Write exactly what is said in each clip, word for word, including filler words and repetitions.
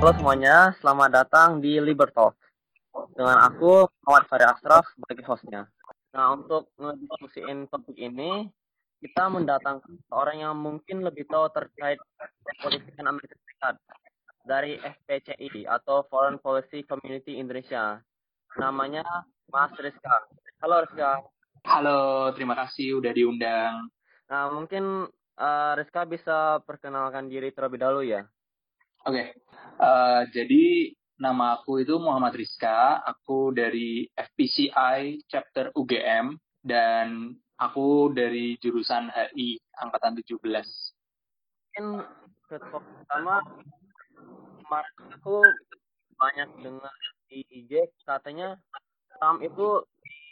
Halo semuanya, selamat datang di Libertalk. Dengan aku, Muhammad Farid Ashraf, sebagai hostnya. Nah, untuk ngediskusiin topik ini, kita mendatangkan seorang yang mungkin lebih tahu terkait perpolitikan Amerika Serikat dari F P C I atau Foreign Policy Community Indonesia. Namanya Mas Rizka. Halo Rizka. Halo, terima kasih udah diundang. Nah, mungkin uh, Rizka bisa perkenalkan diri terlebih dahulu ya. Oke, okay. uh, jadi nama aku itu Muhammad Rizka. Aku dari F P C I Chapter U G M dan aku dari jurusan H I Angkatan tujuh belas. Mungkin ke topik pertama, kemarin aku banyak dengar di I G katanya Trump itu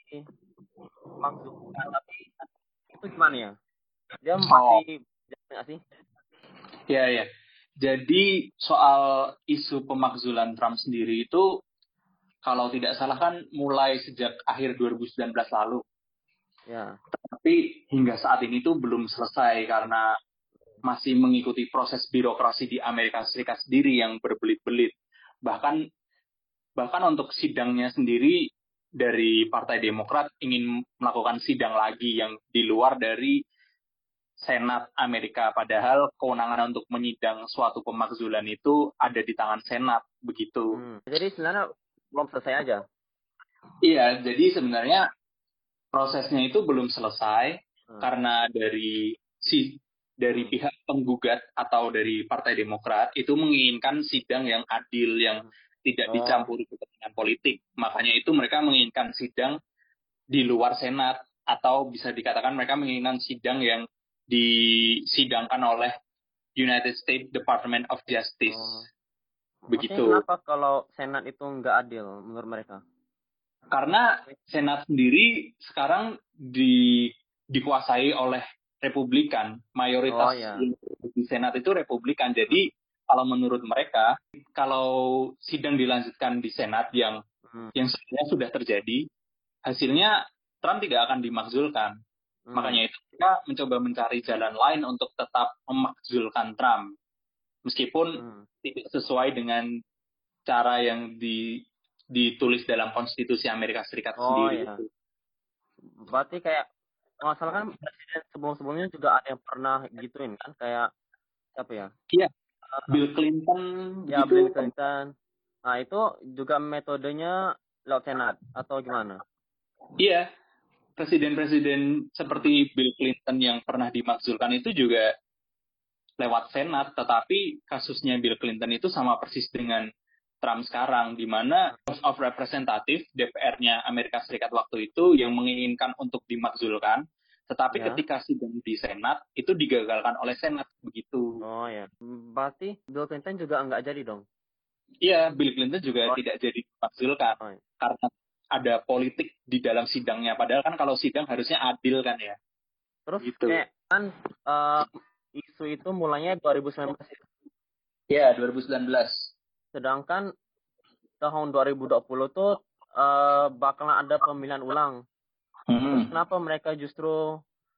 dimaksudkan, tapi itu gimana ya? Dia Oh, masih jalan nggak sih? ya ya. Jadi soal isu pemakzulan Trump sendiri itu kalau tidak salah kan mulai sejak akhir dua ribu sembilan belas lalu. Ya. Tapi hingga saat ini tuh belum selesai karena masih mengikuti proses birokrasi di Amerika Serikat sendiri yang berbelit-belit. Bahkan bahkan untuk sidangnya sendiri dari Partai Demokrat ingin melakukan sidang lagi yang di luar dari Senat Amerika. Padahal kewenangan untuk menyidang suatu pemakzulan itu ada di tangan Senat, begitu. Hmm. Jadi sebenarnya belum selesai aja. Iya, jadi sebenarnya prosesnya itu belum selesai Hmm. karena dari si dari pihak penggugat atau dari Partai Demokrat itu menginginkan sidang yang adil, yang tidak Oh. dicampuri kepentingan politik. Makanya itu mereka menginginkan sidang di luar Senat, atau bisa dikatakan mereka menginginkan sidang yang disidangkan oleh United States Department of Justice. Oh. Maksudnya Begitu. kenapa kalau Senat itu nggak adil menurut mereka? Karena Senat sendiri sekarang di, dikuasai oleh Republikan. Mayoritas Oh ya. di Senat itu Republikan. Jadi kalau menurut mereka, kalau sidang dilanjutkan di Senat yang Hmm. yang sebenarnya sudah terjadi, hasilnya Trump tidak akan dimakzulkan. Hmm. Makanya itu mereka mencoba mencari jalan lain untuk tetap memakzulkan Trump. Meskipun Hmm. tidak sesuai dengan cara yang di, ditulis dalam konstitusi Amerika Serikat Oh sendiri. ya. Berarti kayak nggak salah kan presiden sebelum-sebelumnya juga ada yang pernah gituin kan, kayak siapa ya? Iya, Uh, Bill Clinton ya begitu. Bill Clinton. Nah itu juga metodenya lewat Senat atau gimana? Iya, presiden-presiden seperti Bill Clinton yang pernah dimakzulkan itu juga lewat Senat, tetapi kasusnya Bill Clinton itu sama persis dengan Trump sekarang, di mana House of Representative, D P R-nya Amerika Serikat waktu itu yang menginginkan untuk dimakzulkan, tetapi Ya. ketika sidang di Senat, itu digagalkan oleh Senat, begitu. Oh ya. Berarti Bill Clinton juga nggak jadi dong? Iya, Bill Clinton juga Oh, tidak jadi dimakzulkan, oh, ya. karena ada politik di dalam sidangnya, padahal kan kalau sidang harusnya adil kan ya. Terus Gitu. kayak kan uh, isu itu mulainya dua ribu sembilan belas. Ya, dua ribu sembilan belas. Sedangkan tahun dua ribu dua puluh tuh uh, bakalan ada pemilihan ulang. Terus Hmm. kenapa mereka justru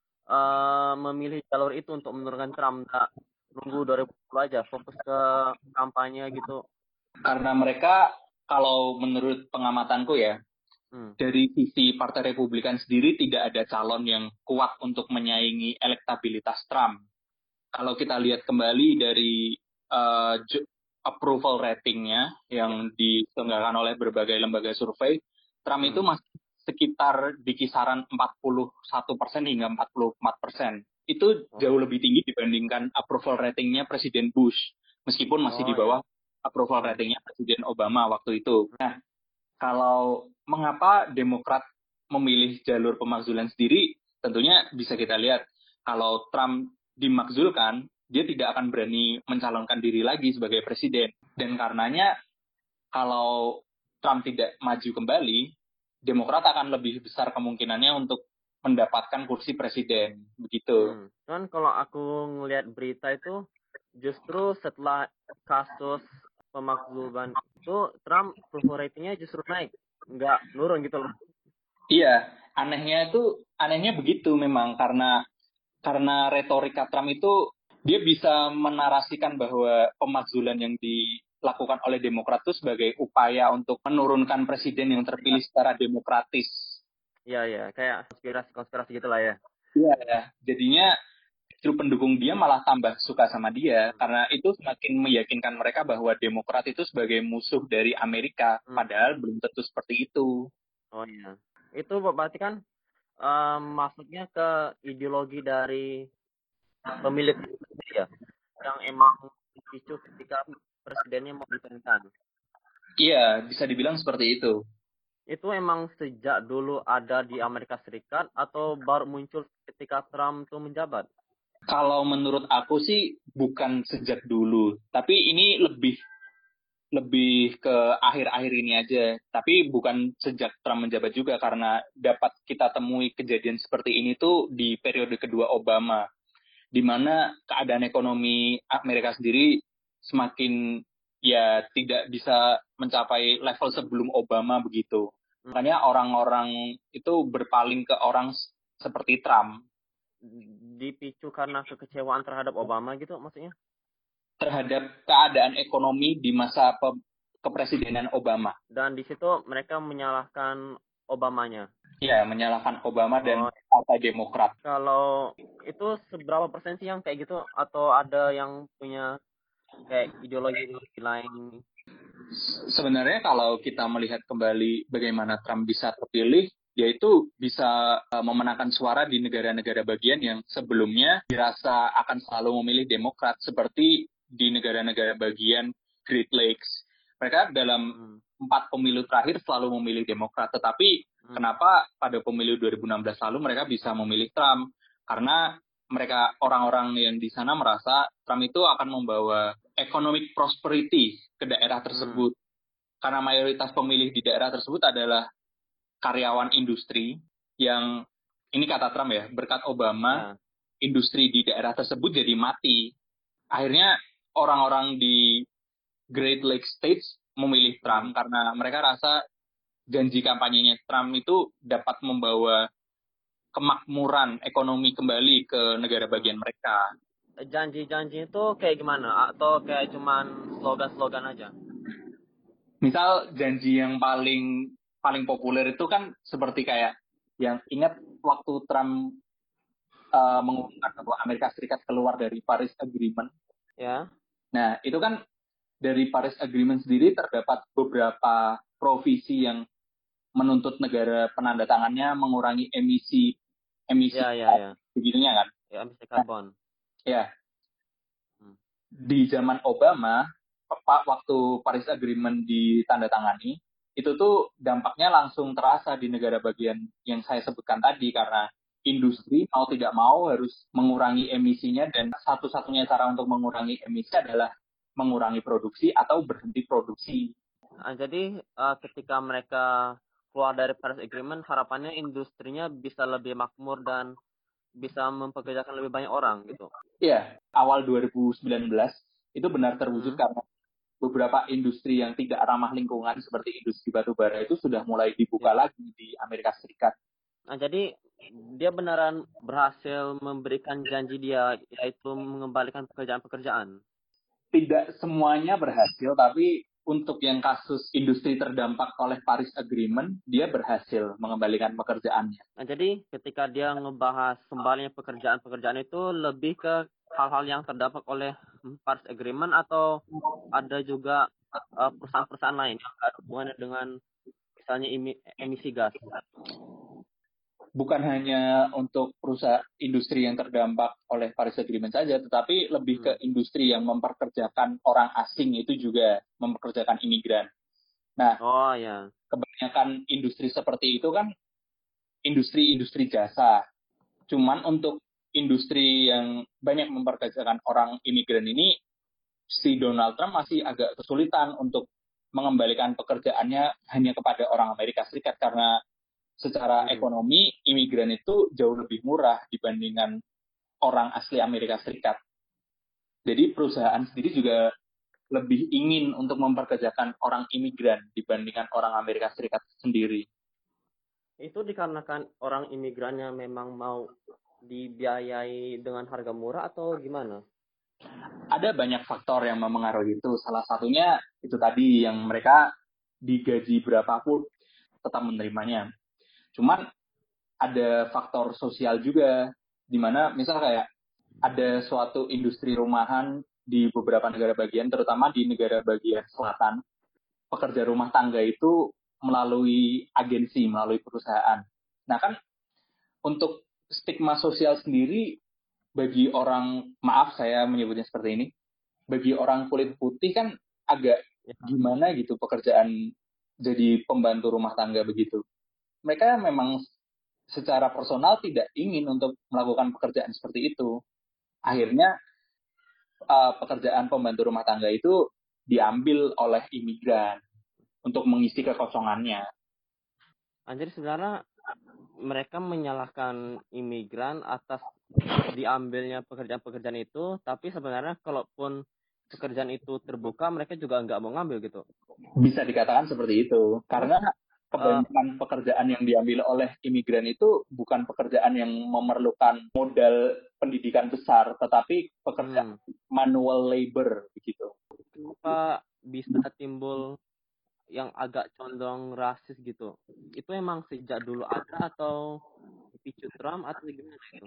uh, memilih jalur itu untuk menurunkan Trump? Nggak nunggu dua ribu dua puluh aja, fokus ke kampanye gitu. Karena mereka, kalau menurut pengamatanku ya, Hmm. dari sisi Partai Republikan sendiri tidak ada calon yang kuat untuk menyaingi elektabilitas Trump. Kalau kita lihat kembali dari uh, approval ratingnya yang diselenggarakan oleh berbagai lembaga survei, Trump Hmm. itu masih sekitar di kisaran empat puluh satu persen hingga empat puluh empat persen. Itu jauh lebih tinggi dibandingkan approval ratingnya Presiden Bush, meskipun masih Oh di bawah ya. approval Hmm. ratingnya Presiden Obama waktu itu. Nah, kalau mengapa Demokrat memilih jalur pemakzulan sendiri, tentunya bisa kita lihat kalau Trump dimakzulkan, dia tidak akan berani mencalonkan diri lagi sebagai presiden. Dan karenanya kalau Trump tidak maju kembali, Demokrat akan lebih besar kemungkinannya untuk mendapatkan kursi presiden. Begitu. Hmm. Kan kalau aku ngelihat berita itu justru setelah kasus pemakzulan itu Trump approval ratingnya justru naik, nggak nurun gitu loh. Iya, anehnya itu anehnya begitu memang karena karena retorika Trump itu dia bisa menarasikan bahwa pemakzulan yang di dilakukan oleh Demokrat itu sebagai upaya untuk menurunkan presiden yang terpilih secara demokratis. Iya, iya, kayak konspirasi-konspirasi gitulah ya. Iya, ya. Jadinya justru pendukung dia malah tambah suka sama dia karena itu semakin meyakinkan mereka bahwa Demokrat itu sebagai musuh dari Amerika, Hmm. padahal belum tentu seperti itu. Oh iya, itu berarti kan um, masuknya ke ideologi dari pemilik ya, yang emang dipicu ketika presidennya mau diturunkan. Iya, bisa dibilang seperti itu. Itu emang sejak dulu ada di Amerika Serikat atau baru muncul ketika Trump tuh menjabat? Kalau menurut aku sih bukan sejak dulu, tapi ini lebih lebih ke akhir-akhir ini aja. Tapi bukan sejak Trump menjabat juga karena dapat kita temui kejadian seperti ini tuh di periode kedua Obama, di mana keadaan ekonomi Amerika sendiri semakin ya tidak bisa mencapai level sebelum Obama begitu. Makanya orang-orang itu berpaling ke orang seperti Trump. Dipicu karena kekecewaan terhadap Obama gitu maksudnya? Terhadap keadaan ekonomi di masa pe- kepresidenan Obama. Dan di situ mereka menyalahkan Obamanya. Ya, menyalahkan Obama dan Oh, Partai Demokrat. kalau itu seberapa persen sih yang kayak gitu? Atau ada yang punya kayak ideologi-ideologi lain? Sebenarnya kalau kita melihat kembali bagaimana Trump bisa terpilih, yaitu bisa uh, memenangkan suara di negara-negara bagian yang sebelumnya dirasa akan selalu memilih Demokrat, seperti di negara-negara bagian Great Lakes. Mereka dalam Hmm. empat pemilu terakhir selalu memilih Demokrat, tetapi hmm. kenapa pada pemilu dua ribu enam belas lalu mereka bisa memilih Trump? Karena mereka orang-orang yang di sana merasa Trump itu akan membawa economic prosperity ke daerah tersebut. Hmm. Karena mayoritas pemilih di daerah tersebut adalah karyawan industri yang, ini kata Trump ya, berkat Obama, ya. Industri di daerah tersebut jadi mati. Akhirnya orang-orang di Great Lakes States memilih Trump hmm. karena mereka rasa janji kampanyenya Trump itu dapat membawa kemakmuran ekonomi kembali ke negara bagian mereka. Janji-janji itu kayak gimana? Atau kayak cuman slogan-slogan aja? Misal janji yang paling paling populer itu kan seperti kayak yang ingat waktu Trump uh, mengumumkan bahwa Amerika Serikat keluar dari Paris Agreement. Ya. Nah, itu kan dari Paris Agreement sendiri terdapat beberapa provisi yang menuntut negara penandatangannya mengurangi emisi emisi ya, ya, ya. begitunya kan? Ya, emisi karbon. Nah, ya. Hmm. Di zaman Obama, Pak, waktu Paris Agreement ditandatangani, itu tuh dampaknya langsung terasa di negara bagian yang saya sebutkan tadi, karena industri mau tidak mau harus mengurangi emisinya, dan satu-satunya cara untuk mengurangi emisi adalah mengurangi produksi atau berhenti produksi. Nah, jadi uh, ketika mereka keluar dari Paris Agreement, harapannya industrinya bisa lebih makmur dan bisa mempekerjakan lebih banyak orang gitu. Iya, awal dua ribu sembilan belas itu benar terwujud hmm. karena beberapa industri yang tidak ramah lingkungan seperti industri batubara itu sudah mulai dibuka ya. lagi di Amerika Serikat. Nah, jadi dia beneran berhasil memberikan janji dia, yaitu mengembalikan pekerjaan-pekerjaan. Tidak semuanya berhasil, tapi untuk yang kasus industri terdampak oleh Paris Agreement, dia berhasil mengembalikan pekerjaannya. Nah, jadi ketika dia ngebahas kembalinya pekerjaan-pekerjaan itu lebih ke hal-hal yang terdampak oleh Paris Agreement, atau ada juga uh, perusahaan-perusahaan lain yang ada hubungannya dengan misalnya emisi gas? Bukan hanya untuk perusahaan industri yang terdampak oleh Paris Agreement saja, tetapi lebih hmm. ke industri yang memperkerjakan orang asing, itu juga memperkerjakan imigran. Nah, oh, ya. kebanyakan industri seperti itu kan industri-industri jasa. Cuman untuk industri yang banyak memperkerjakan orang imigran ini, si Donald Trump masih agak kesulitan untuk mengembalikan pekerjaannya hanya kepada orang Amerika Serikat, karena secara hmm. ekonomi imigran itu jauh lebih murah dibandingkan orang asli Amerika Serikat. Jadi perusahaan sendiri juga lebih ingin untuk memperkerjakan orang imigran dibandingkan orang Amerika Serikat sendiri. Itu dikarenakan orang imigrannya memang mau dibiayai dengan harga murah atau gimana? Ada banyak faktor yang mempengaruhi itu. Salah satunya itu tadi yang mereka digaji berapapun tetap menerimanya. Cuman ada faktor sosial juga, di mana misal kayak ada suatu industri rumahan di beberapa negara bagian, terutama di negara bagian selatan, pekerja rumah tangga itu melalui agensi, melalui perusahaan. Nah kan untuk stigma sosial sendiri bagi orang, maaf saya menyebutnya seperti ini, bagi orang kulit putih kan agak Ya. gimana gitu pekerjaan jadi pembantu rumah tangga begitu. Mereka memang secara personal tidak ingin untuk melakukan pekerjaan seperti itu. Akhirnya uh, pekerjaan pembantu rumah tangga itu diambil oleh imigran untuk mengisi kekosongannya. Anjir, sebenarnya mereka menyalahkan imigran atas diambilnya pekerjaan-pekerjaan itu, tapi sebenarnya kalaupun pekerjaan itu terbuka, mereka juga nggak mau ngambil gitu. Bisa dikatakan seperti itu, karena kebanyakan uh, pekerjaan yang diambil oleh imigran itu bukan pekerjaan yang memerlukan modal pendidikan besar, tetapi pekerjaan hmm. manual labor begitu. Apa bisa timbul yang agak condong rasis gitu? Itu emang sejak dulu ada atau dipicu Trump atau gimana itu?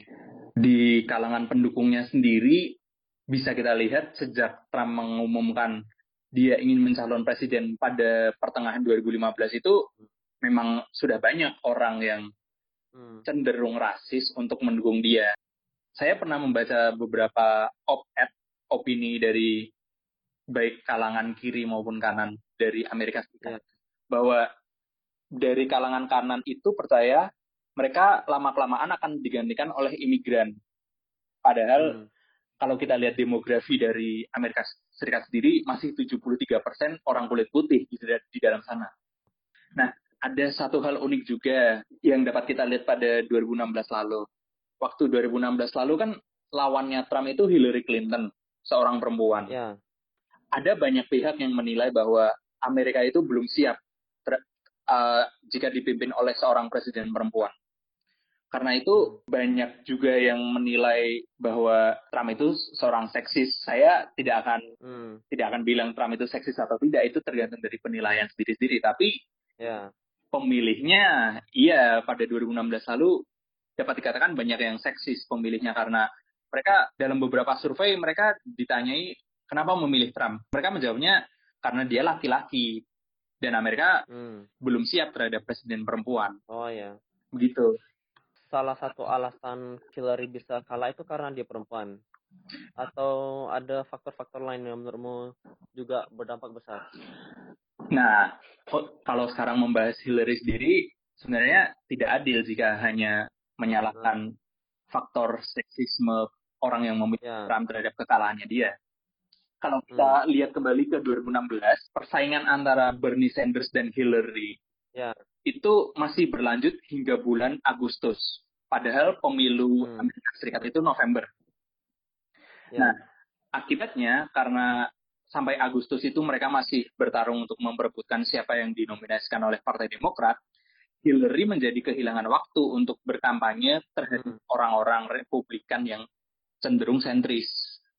Di kalangan pendukungnya sendiri bisa kita lihat sejak Trump mengumumkan dia ingin mencalon presiden pada pertengahan dua ribu lima belas itu hmm. memang sudah banyak orang yang hmm. cenderung rasis untuk mendukung dia. Saya pernah membaca beberapa op-ed, opini dari baik kalangan kiri maupun kanan dari Amerika Serikat, yeah. bahwa dari kalangan kanan itu percaya mereka lama-kelamaan akan digantikan oleh imigran. Padahal hmm. kalau kita lihat demografi dari Amerika Serikat sendiri, masih tujuh puluh tiga persen orang kulit putih di, di dalam sana. Nah, ada satu hal unik juga yang dapat kita lihat pada dua ribu enam belas lalu. Waktu dua ribu enam belas lalu kan lawannya Trump itu Hillary Clinton, seorang perempuan. Yeah. Ada banyak pihak yang menilai bahwa Amerika itu belum siap ter, uh, jika dipimpin oleh seorang presiden perempuan. Karena itu hmm. banyak juga yang menilai bahwa Trump itu seorang seksis. Saya tidak akan hmm. tidak akan bilang Trump itu seksis atau tidak, itu tergantung dari penilaian sendiri-sendiri. Tapi yeah. pemilihnya, iya pada dua ribu enam belas lalu dapat dikatakan banyak yang seksis pemilihnya, karena mereka dalam beberapa survei mereka ditanyai kenapa memilih Trump. Mereka menjawabnya karena dia laki-laki dan Amerika hmm. belum siap terhadap presiden perempuan. Oh ya. Begitu. Salah satu alasan Hillary bisa kalah itu karena dia perempuan, atau ada faktor-faktor lain yang menurutmu juga berdampak besar? Nah, kalau sekarang membahas Hillary sendiri, sebenarnya tidak adil jika hanya menyalahkan hmm. faktor seksisme orang yang memilih yeah. Trump terhadap kekalahannya dia. Kalau kita hmm. lihat kembali ke dua ribu enam belas, persaingan antara Bernie Sanders dan Hillary yeah. itu masih berlanjut hingga bulan Agustus. Padahal pemilu hmm. Amerika Serikat itu November. Yeah. Nah, akibatnya karena sampai Agustus itu mereka masih bertarung untuk memperebutkan siapa yang dinominasikan oleh Partai Demokrat, Hillary menjadi kehilangan waktu untuk berkampanye terhadap hmm. orang-orang Republikan yang cenderung sentris.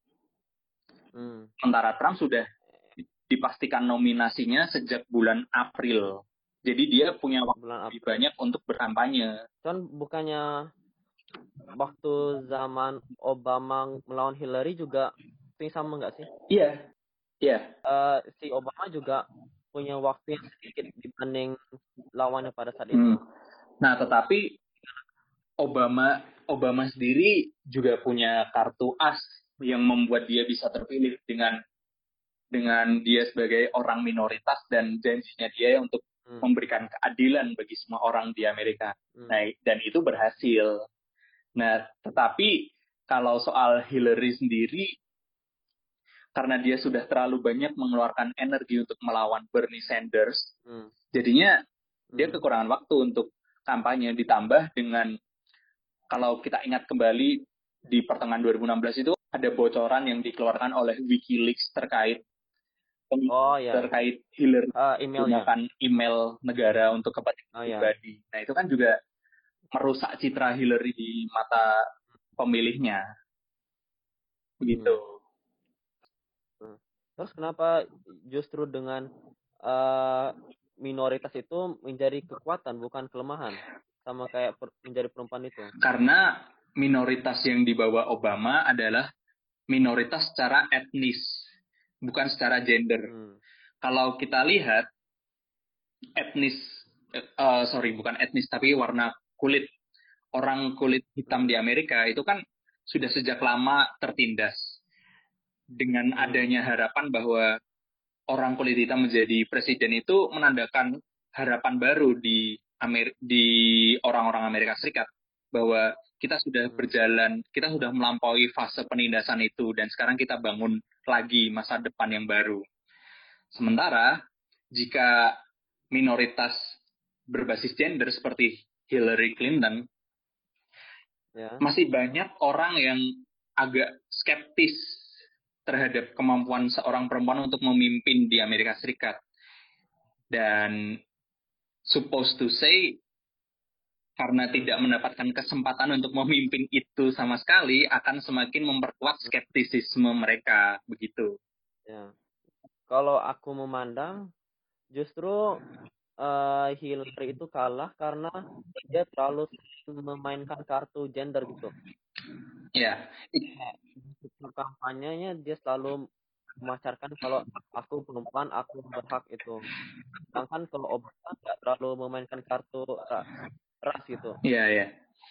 Hmm. Sementara Trump sudah dipastikan nominasinya sejak bulan April. Jadi dia punya waktu lebih banyak untuk berkampanye. Kan bukannya waktu zaman Obama melawan Hillary juga itu sama nggak sih? Iya, iya. Uh, si Obama juga punya waktu yang sedikit dibanding lawannya pada saat itu. Hmm. Nah, tetapi Obama Obama sendiri juga punya kartu as yang membuat dia bisa terpilih dengan dengan dia sebagai orang minoritas dan janjinya dia untuk hmm. memberikan keadilan bagi semua orang di Amerika. Hmm. Nah, dan itu berhasil. Nah, tetapi kalau soal Hillary sendiri, karena dia sudah terlalu banyak mengeluarkan energi untuk melawan Bernie Sanders, hmm. jadinya hmm. dia kekurangan waktu untuk kampanye, ditambah dengan, kalau kita ingat kembali di pertengahan dua ribu enam belas itu, ada bocoran yang dikeluarkan oleh WikiLeaks terkait Oh, ya. terkait Hillary uh, menggunakan email negara untuk kepentingan oh, pribadi. Ya. Nah, itu kan juga merusak citra Hillary di mata pemilihnya. Begitu. Terus kenapa justru dengan uh, minoritas itu menjadi kekuatan bukan kelemahan, sama kayak per- menjadi perempuan itu? Karena minoritas yang dibawa Obama adalah minoritas secara etnis, bukan secara gender. Hmm. Kalau kita lihat etnis, uh, sorry bukan etnis tapi warna kulit, orang kulit hitam Hmm. di Amerika itu kan sudah sejak lama tertindas. Dengan Hmm. adanya harapan bahwa orang kulit hitam menjadi presiden itu menandakan harapan baru di Amer di orang-orang Amerika Serikat, bahwa kita sudah Hmm. berjalan, kita sudah melampaui fase penindasan itu dan sekarang kita bangun lagi masa depan yang baru. Sementara jika minoritas berbasis gender seperti Hillary Clinton, Ya. masih banyak orang yang agak skeptis terhadap kemampuan seorang perempuan untuk memimpin di Amerika Serikat. Dan supposed to say, karena tidak mendapatkan kesempatan untuk memimpin itu sama sekali, akan semakin memperkuat skeptisisme mereka, begitu. Ya. Kalau aku memandang, justru uh, Hillary itu kalah karena dia terlalu memainkan kartu gender gitu. Ya, Di kampanyenya dia selalu memasarkan kalau aku perempuan, aku berhak itu. Sedangkan kalau Obama nggak terlalu memainkan kartu ra- ras gitu. ya, ya.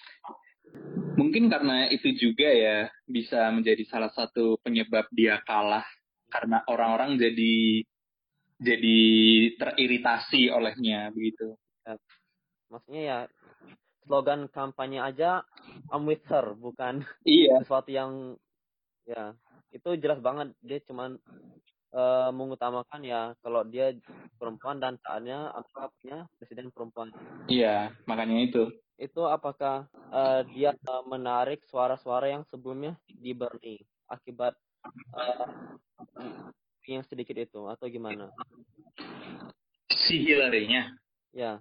Mungkin karena itu juga ya bisa menjadi salah satu penyebab dia kalah, karena orang-orang jadi jadi teriritasi olehnya begitu. Ya, maksudnya ya slogan kampanye aja I'm with her, bukan Iya, sesuatu yang ya itu jelas banget dia cuman eh, mengutamakan ya kalau dia perempuan dan saatnya Amerika punya presiden perempuan. iya, makanya itu. Itu apakah eh, dia eh, menarik suara-suara yang sebelumnya di Bernie akibat eh, yang sedikit itu atau gimana? Si Hillary-nya. Ya,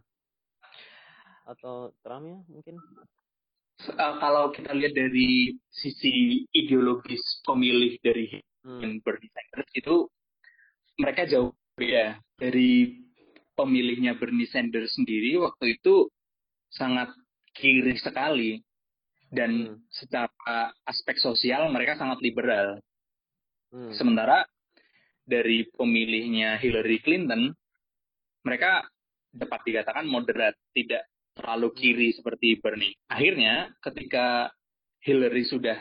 atau Trump ya mungkin. Uh, kalau kita lihat dari sisi ideologis pemilih dari Hmm. Bernie Sanders itu mereka jauh beda. Dari pemilihnya Bernie Sanders sendiri waktu itu sangat kiri sekali, dan Hmm. secara aspek sosial mereka sangat liberal. Hmm. Sementara dari pemilihnya Hillary Clinton, mereka dapat dikatakan moderat, tidak terlalu Hmm. kiri seperti Bernie. Akhirnya ketika Hillary sudah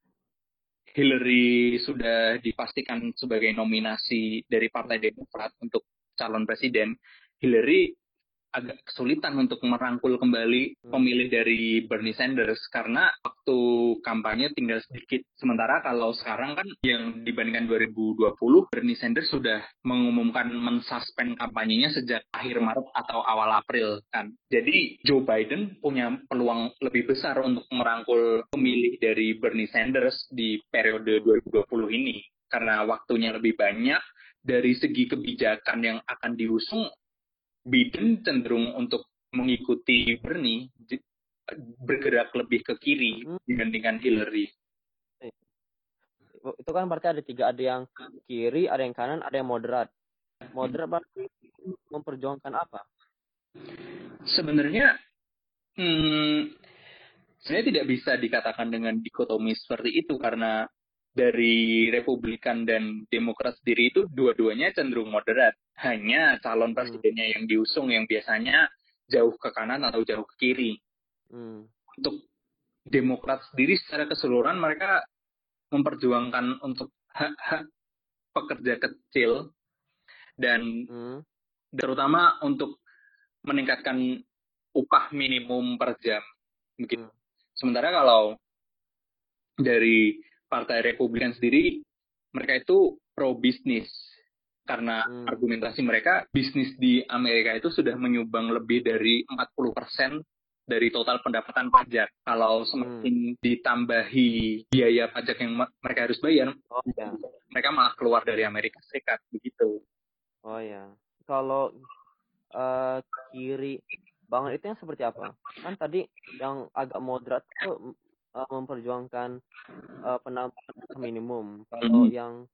Hillary sudah dipastikan sebagai nominasi dari Partai Hmm. Demokrat untuk calon presiden, Hillary agak kesulitan untuk merangkul kembali Hmm. pemilih dari Bernie Sanders karena waktu kampanye tinggal sedikit. Sementara kalau sekarang kan yang dibandingkan dua ribu dua puluh, Bernie Sanders sudah mengumumkan mensuspend kampanyenya sejak akhir Maret atau awal April kan. Jadi Joe Biden punya peluang lebih besar untuk merangkul pemilih dari Bernie Sanders di periode Hmm. dua ribu dua puluh ini karena waktunya lebih banyak. Dari segi kebijakan yang akan diusung, Biden cenderung untuk mengikuti Bernie, bergerak lebih ke kiri Hmm. dibandingkan Hillary. Itu kan berarti ada tiga, ada yang kiri, ada yang kanan, ada yang moderat. Moderat berarti memperjuangkan apa? Sebenarnya, hmm, sebenarnya tidak bisa dikatakan dengan dikotomi seperti itu karena dari Republikan dan Demokrat sendiri itu dua-duanya cenderung moderat. Hanya calon Hmm. presidennya yang diusung yang biasanya jauh ke kanan atau jauh ke kiri. Hmm. Untuk Demokrat sendiri secara keseluruhan mereka memperjuangkan untuk hak-hak pekerja kecil dan Hmm. terutama untuk meningkatkan upah minimum per jam. Begitu. Hmm. Sementara kalau dari Partai Republikan sendiri, mereka itu pro bisnis. Karena Hmm. argumentasi mereka, bisnis di Amerika itu sudah menyumbang lebih dari empat puluh persen dari total pendapatan pajak. Kalau Hmm. semakin ditambahi biaya pajak yang mereka harus bayar, Oh ya, mereka malah keluar dari Amerika Serikat. Begitu. oh ya. Kalau eh, kiri banget itu yang seperti apa? Kan tadi yang agak moderat itu eh, memperjuangkan eh, penambahan upah minimum. Kalau Hmm. yang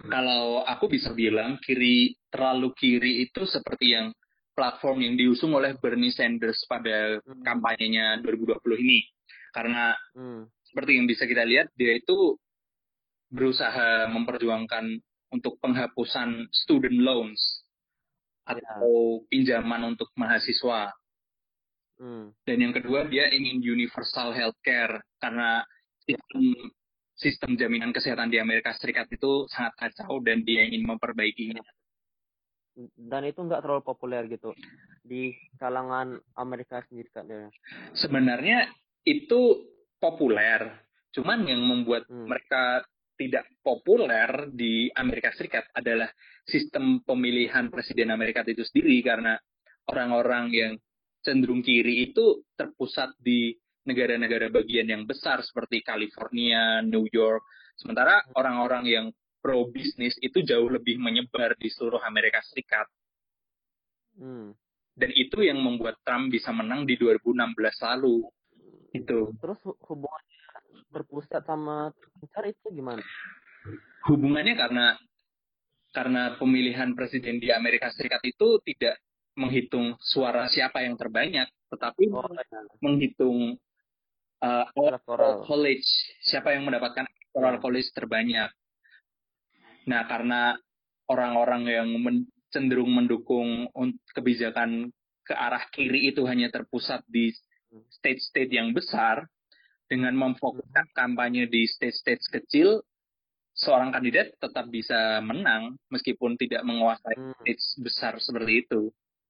Kalau aku bisa bilang kiri terlalu kiri itu seperti yang platform yang diusung oleh Bernie Sanders pada Hmm. kampanyenya dua ribu dua puluh ini. Karena Hmm. seperti yang bisa kita lihat, dia itu berusaha memperjuangkan untuk penghapusan student loans Ya. atau pinjaman untuk mahasiswa. Hmm. Dan yang kedua, dia ingin universal healthcare karena sistem sistem jaminan kesehatan di Amerika Serikat itu sangat kacau dan dia ingin memperbaikinya. Dan itu nggak terlalu populer gitu di kalangan Amerika sendiri kan ya. Sebenarnya itu populer, cuman yang membuat Hmm. mereka tidak populer di Amerika Serikat adalah sistem pemilihan presiden Amerika itu sendiri, karena orang-orang yang cenderung kiri itu terpusat di negara-negara bagian yang besar seperti California, New York, sementara orang-orang yang pro bisnis itu jauh lebih menyebar di seluruh Amerika Serikat. Hmm. Dan itu yang membuat Trump bisa menang di dua ribu enam belas lalu. Itu. Terus hu- hubungannya berpusat sama terpencar itu gimana? Hubungannya karena karena pemilihan presiden di Amerika Serikat itu tidak menghitung suara siapa yang terbanyak, tetapi Oh, ya. menghitung uh, Electoral. college, siapa yang mendapatkan electoral Ya. college terbanyak. Nah, karena orang-orang yang men- cenderung mendukung un- kebijakan ke arah kiri itu hanya terpusat di state-state yang besar, dengan memfokuskan kampanye di state-state kecil, seorang kandidat tetap bisa menang meskipun tidak menguasai Hmm. stage besar seperti itu.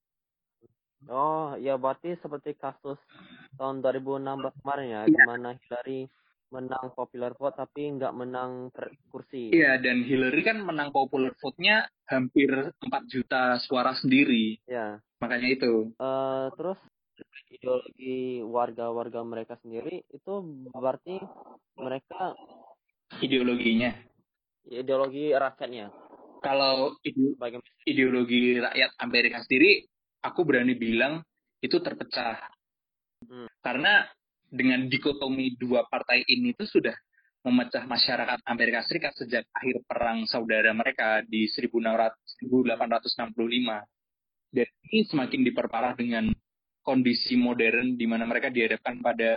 Oh, ya berarti seperti kasus tahun dua ribu enam belas kemarin ya, Iya. di mana Hillary menang popular vote tapi nggak menang per kursi. Iya, dan Hillary kan menang popular vote-nya hampir empat juta suara sendiri. Ya. Makanya itu. Eh, terus ideologi warga-warga mereka sendiri itu berarti mereka Ideologinya. ideologi rakyatnya. Kalau ide- Bagaimana? ideologi rakyat Amerika sendiri, aku berani bilang itu terpecah. Hmm. Karena dengan dikotomi dua partai ini itu sudah memecah masyarakat Amerika Serikat sejak akhir perang saudara mereka di seribu delapan ratus enam puluh lima. Dan ini semakin diperparah dengan kondisi modern di mana mereka dihadapkan pada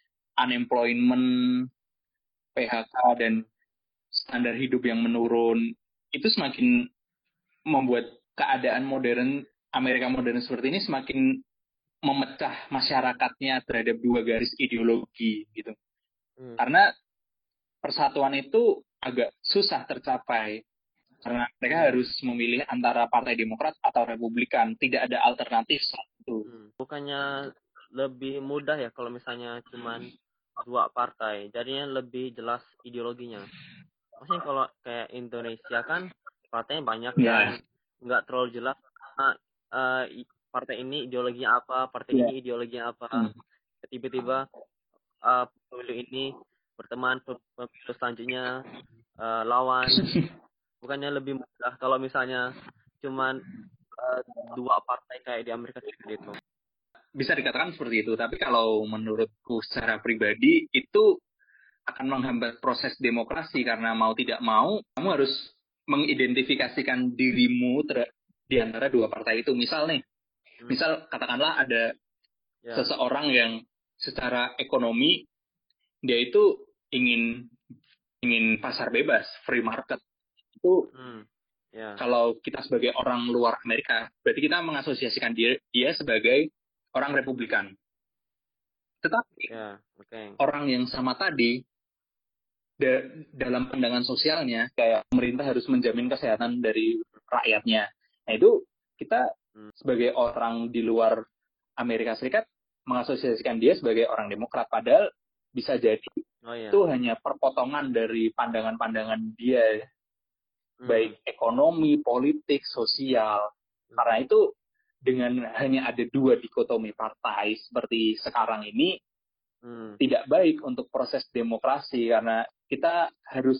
unemployment, P H K, dan standar hidup yang menurun. Itu semakin membuat keadaan modern, Amerika modern seperti ini semakin memecah masyarakatnya terhadap dua garis ideologi gitu. Hmm. Karena persatuan itu agak susah tercapai. Karena mereka Hmm. harus memilih antara Partai Demokrat atau Republikan. Tidak ada alternatif satu. Hmm. Bukannya lebih mudah ya kalau misalnya cuman dua partai, jadinya lebih jelas ideologinya. Maksudnya kalau kayak Indonesia kan partainya banyak dan Ya, nggak terlalu jelas ah, eh, i- partai ini ideologinya apa, partai ya. ini ideologinya apa. Hmm. Tiba-tiba eh, pemilu ini berteman, pe- pemilu selanjutnya eh, lawan. Bukannya lebih mudah kalau misalnya cuman eh, dua partai kayak di Amerika Serikat itu. Bisa dikatakan seperti itu. Tapi kalau menurutku secara pribadi, itu akan menghambat proses demokrasi. Karena mau tidak mau, kamu harus mengidentifikasikan dirimu ter- di antara dua partai itu. Misal nih, Hmm. misal katakanlah ada Ya. seseorang yang secara ekonomi, dia itu ingin ingin pasar bebas, free market. Itu Hmm. Ya. kalau kita sebagai orang luar Amerika, berarti kita mengasosiasikan dia, dia sebagai orang Republikan. Tetapi Ya. Oke. orang yang sama tadi, da- dalam pandangan sosialnya, kayak pemerintah harus menjamin kesehatan dari rakyatnya. Nah itu kita Hmm. sebagai orang di luar Amerika Serikat mengasosiasikan dia sebagai orang Demokrat. Padahal bisa jadi Oh ya. itu hanya perpotongan dari pandangan-pandangan dia, Hmm. baik ekonomi, politik, sosial. Hmm. Karena itu dengan hanya ada dua dikotomi partai seperti sekarang ini, Hmm. tidak baik untuk proses demokrasi, karena kita harus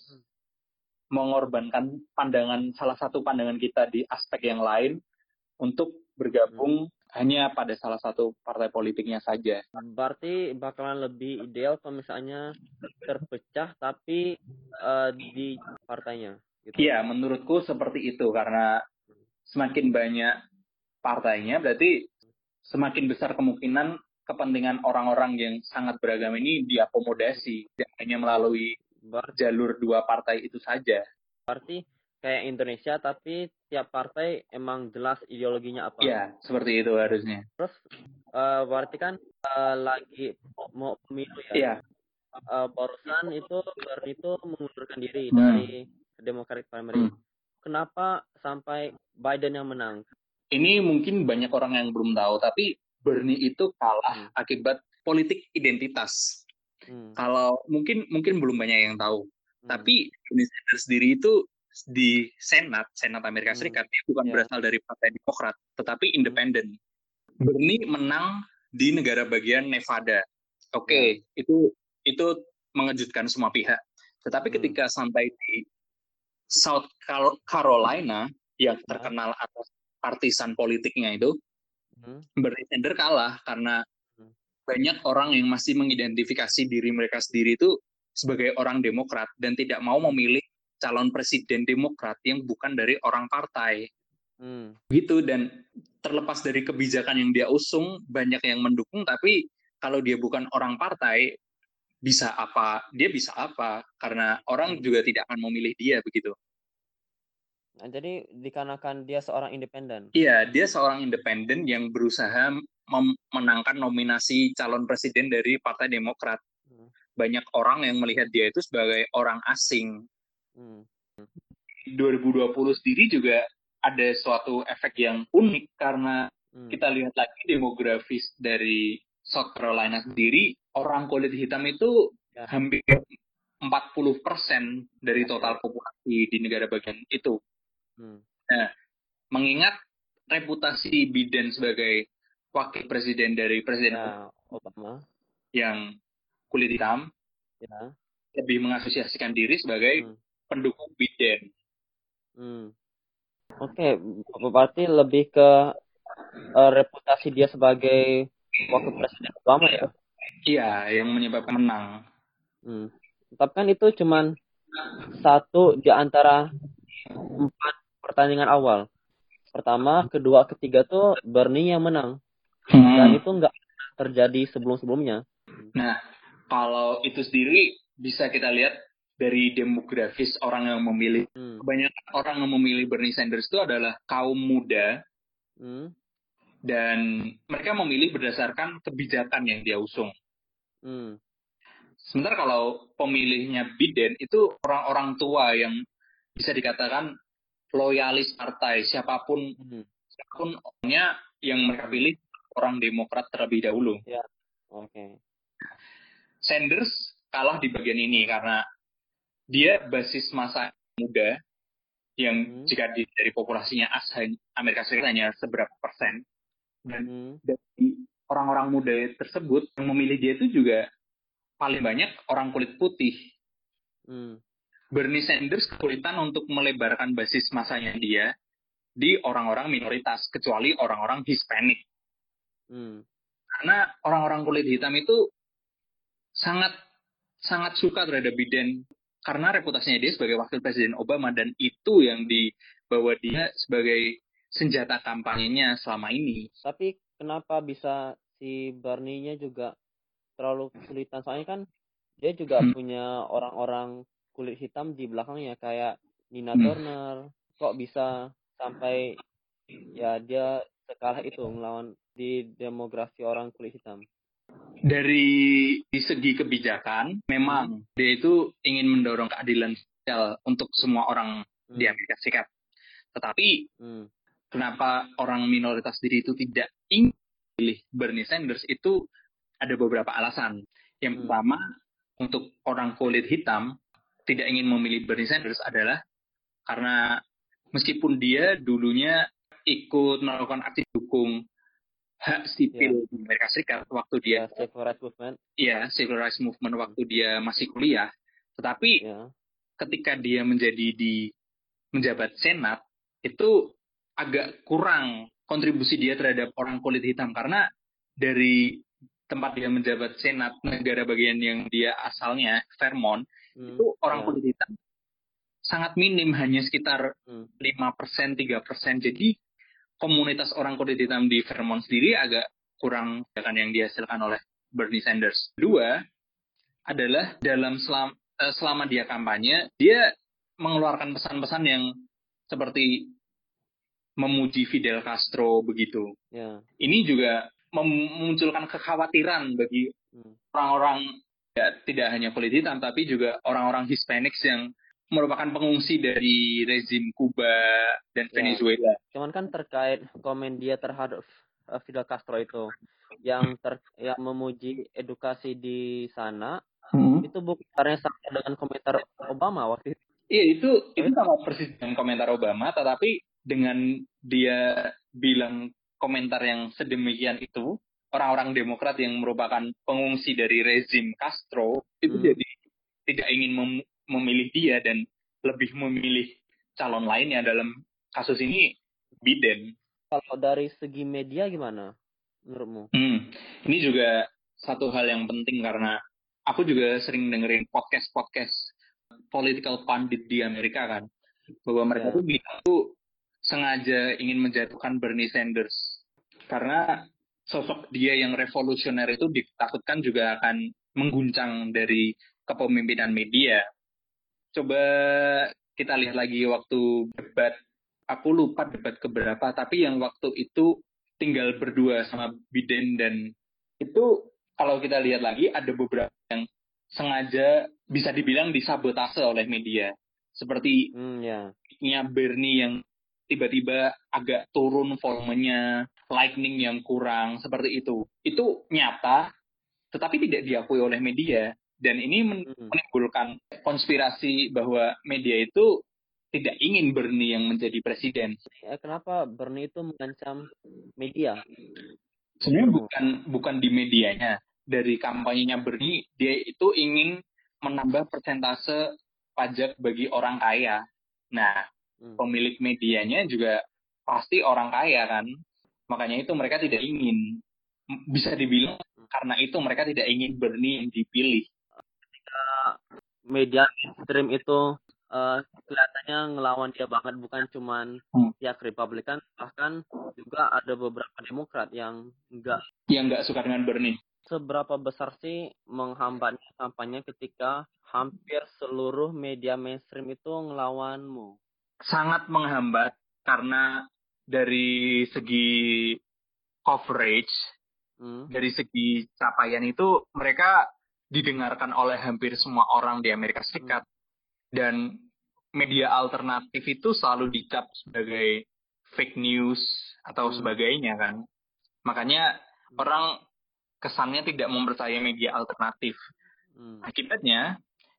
mengorbankan pandangan salah satu pandangan kita di aspek yang lain untuk bergabung hanya pada salah satu partai politiknya saja. Berarti bakalan lebih ideal kalau misalnya terpecah tapi uh, di partainya. Gitu. Iya, menurutku seperti itu karena semakin banyak partainya berarti semakin besar kemungkinan kepentingan orang-orang yang sangat beragam ini diakomodasi dan hanya melalui Berarti, jalur dua partai itu saja. Berarti kayak Indonesia tapi tiap partai emang jelas ideologinya apa. Iya, seperti itu harusnya. Terus uh, berarti kan uh, lagi mau pemilu ya. Iya. Uh, barusan itu Bernie itu mengundurkan diri Hmm. dari Democratic Primary. Hmm. Kenapa sampai Biden yang menang? Ini mungkin banyak orang yang belum tahu, tapi Bernie itu kalah hmm. akibat politik identitas. Hmm. Kalau mungkin mungkin belum banyak yang tahu. Hmm. Tapi Bernie Sanders sendiri itu di Senat, Senat Amerika Serikat, hmm. dia bukan yeah. berasal dari Partai Demokrat, tetapi independen. Hmm. Bernie menang di negara bagian Nevada. Oke, okay, yeah. itu itu mengejutkan semua pihak. Tetapi hmm. ketika sampai di South Carolina yang terkenal atas partisan politiknya itu, hmm. Bernie Sanders kalah karena hmm. banyak orang yang masih mengidentifikasi diri mereka sendiri itu sebagai orang Demokrat dan tidak mau memilih calon presiden Demokrat yang bukan dari orang partai. Hmm. Gitu, dan terlepas dari kebijakan yang dia usung, banyak yang mendukung, tapi kalau dia bukan orang partai, bisa apa? Dia bisa apa? Karena orang juga tidak akan memilih dia, begitu. Nah, jadi dikarenakan dia seorang independen? Iya, dia seorang independen yang berusaha memenangkan nominasi calon presiden dari Partai Demokrat. Hmm. Banyak orang yang melihat dia itu sebagai orang asing. Hmm. dua ribu dua puluh sendiri juga ada suatu efek yang unik karena hmm. kita lihat lagi demografis dari South Carolina sendiri, orang kulit hitam itu ya. hampir empat puluh persen dari total populasi di negara bagian itu. Hmm. Nah, mengingat reputasi Biden sebagai wakil presiden dari Presiden ya, Obama yang kulit hitam, ya. lebih mengasosiasikan diri sebagai hmm. pendukung Biden. Hmm. Oke, okay. Berarti lebih ke uh, reputasi dia sebagai wakil presiden Obama ya? Iya, yang menyebabkan menang. Hmm. Tapi kan itu cuman satu di antara empat pertandingan awal. Pertama, kedua, ketiga tuh Bernie yang menang. Hmm. Dan itu nggak terjadi sebelum-sebelumnya. Nah, kalau itu sendiri bisa kita lihat dari demografis orang yang memilih. Hmm. Kebanyakan orang yang memilih Bernie Sanders itu adalah kaum muda. Hmm. Dan mereka memilih berdasarkan kebijakan yang dia usung. Hmm. Sementara kalau pemilihnya Biden itu orang-orang tua yang bisa dikatakan loyalis partai. Siapapun, hmm. siapapun orangnya yang mereka pilih orang Demokrat terlebih dahulu. Ya. Oke. Okay. Sanders kalah di bagian ini karena dia basis masa muda yang hmm. jika di, dari populasinya as Amerika Serikat hanya seberapa persen. Dan hmm. dari orang-orang muda tersebut yang memilih dia itu juga paling banyak orang kulit putih. Hmm. Bernie Sanders kesulitan untuk melebarkan basis masanya dia di orang-orang minoritas, kecuali orang-orang Hispanic. Hmm. Karena orang-orang kulit hitam itu sangat sangat suka terhadap Biden karena reputasinya dia sebagai wakil presiden Obama, dan itu yang dibawa dia sebagai senjata kampanyenya selama ini. Tapi kenapa bisa si Bernie-nya juga terlalu kesulitan? Soalnya kan dia juga hmm. punya orang-orang kulit hitam di belakangnya kayak Nina hmm. Turner. Kok bisa sampai ya dia sekalah itu melawan di demografi orang kulit hitam? Dari di segi kebijakan, memang hmm. dia itu ingin mendorong keadilan sosial untuk semua orang hmm. di Amerika Serikat. Tetapi hmm. kenapa orang minoritas diri itu tidak ingin pilih Bernie Sanders itu ada beberapa alasan. Yang hmm. pertama, untuk orang kulit hitam tidak ingin memilih Bernie Sanders adalah karena meskipun dia dulunya ikut melakukan aksi dukung hak sipil yeah. di Amerika Serikat waktu dia yeah, civil rights movement. Iya, civil rights movement waktu dia masih kuliah. Tetapi yeah. ketika dia menjadi di menjabat Senat itu agak kurang kontribusi dia terhadap orang kulit hitam, karena dari tempat dia menjabat senat negara bagian yang dia asalnya, Vermont, Hmm, itu orang ya. kulit hitam sangat minim, hanya sekitar Hmm. lima persen, tiga persen. Jadi komunitas orang kulit hitam di Vermont sendiri agak kurang kan yang dihasilkan oleh Bernie Sanders. Kedua adalah dalam selama, selama dia kampanye, dia mengeluarkan pesan-pesan yang seperti memuji Fidel Castro begitu. Ya. Ini juga memunculkan kekhawatiran bagi Hmm. orang-orang, ya, tidak hanya kulit hitam, tapi juga orang-orang Hispanics yang merupakan pengungsi dari rezim Kuba dan Ya. Venezuela. Cuman kan terkait komen dia terhadap uh, Fidel Castro itu, yang ter yang memuji edukasi di sana, Hmm. itu bukannya sama dengan komentar Obama waktu itu. Iya, itu itu sama persis dengan komentar Obama, tetapi dengan dia bilang komentar yang sedemikian itu, orang-orang Demokrat yang merupakan pengungsi dari rezim Castro itu Hmm. jadi tidak ingin mem- memilih dia dan lebih memilih calon lainnya, dalam kasus ini Biden. Kalau dari segi media gimana menurutmu? Hmm, ini juga satu hal yang penting karena aku juga sering dengerin podcast-podcast political pundit di Amerika kan, bahwa mereka Ya. tuh bilang tuh sengaja ingin menjatuhkan Bernie Sanders karena sosok dia yang revolusioner itu ditakutkan juga akan mengguncang dari kepemimpinan media. Coba kita lihat lagi waktu debat, aku lupa debat keberapa, tapi yang waktu itu tinggal berdua sama Biden, dan itu kalau kita lihat lagi ada beberapa yang sengaja bisa dibilang disabotase oleh media. Seperti Hmm, ya. nya Bernie yang tiba-tiba agak turun volumenya, lightning yang kurang, seperti itu. Itu nyata, tetapi tidak diakui oleh media. Dan ini men- Hmm. menimbulkan konspirasi bahwa media itu tidak ingin Bernie yang menjadi presiden. Eh, kenapa Bernie itu mengancam media? Sebenarnya Menurutmu? bukan bukan di medianya. Dari kampanyenya Bernie, dia itu ingin menambah persentase pajak bagi orang kaya. Nah, Hmm. pemilik medianya juga pasti orang kaya kan. Makanya itu mereka tidak ingin. M- Bisa dibilang karena itu mereka tidak ingin Bernie yang dipilih. Uh, media mainstream itu uh, kelihatannya ngelawan dia banget, bukan cuman Hmm. pihak Republikan, bahkan juga ada beberapa Demokrat yang enggak. Yang nggak suka dengan Bernie. Seberapa besar sih menghambatnya kampanye ketika hampir seluruh media mainstream itu ngelawanmu? Sangat menghambat karena dari segi coverage, Hmm? dari segi capaian itu mereka didengarkan oleh hampir semua orang di Amerika Serikat. Hmm. Dan media alternatif itu selalu dicap sebagai fake news atau Hmm. sebagainya kan. Makanya orang kesannya tidak mempercayai media alternatif. Hmm. Akibatnya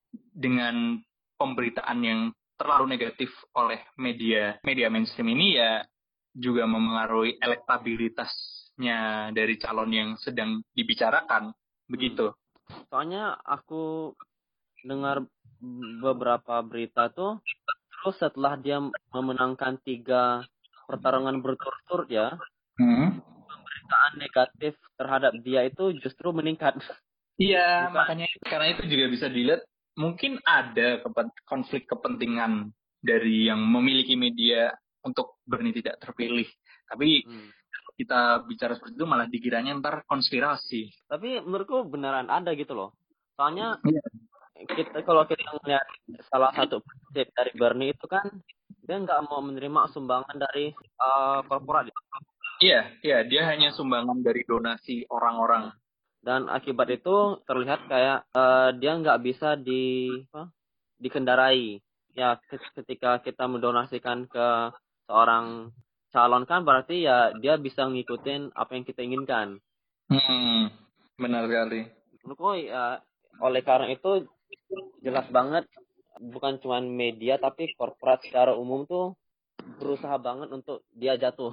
dengan pemberitaan yang terlalu negatif oleh media media mainstream ini ya juga memengaruhi elektabilitasnya dari calon yang sedang dibicarakan, begitu. Soalnya aku dengar beberapa berita tuh, terus setelah dia memenangkan tiga pertarungan berturut-turut ya, Hmm. pemberitaan negatif terhadap dia itu justru meningkat. Iya, Bukan. makanya karena itu juga bisa dilihat mungkin ada kepen- konflik kepentingan dari yang memiliki media untuk Bernie tidak terpilih. Tapi Hmm. kalau kita bicara seperti itu malah dikiranya ntar konspirasi. Tapi menurutku beneran ada gitu loh. Soalnya Iya. kita kalau kita melihat salah satu prinsip dari Bernie itu kan dia nggak mau menerima sumbangan dari uh, korporat. Iya, iya, dia hanya sumbangan dari donasi orang-orang. Dan akibat itu terlihat kayak uh, dia nggak bisa di apa, dikendarai. Ya ketika kita mendonasikan ke seorang calon kan berarti ya dia bisa ngikutin apa yang kita inginkan. Hmm, benar sekali. Menurutku ya oleh karena itu jelas banget bukan cuma media tapi korporat secara umum tuh berusaha banget untuk dia jatuh.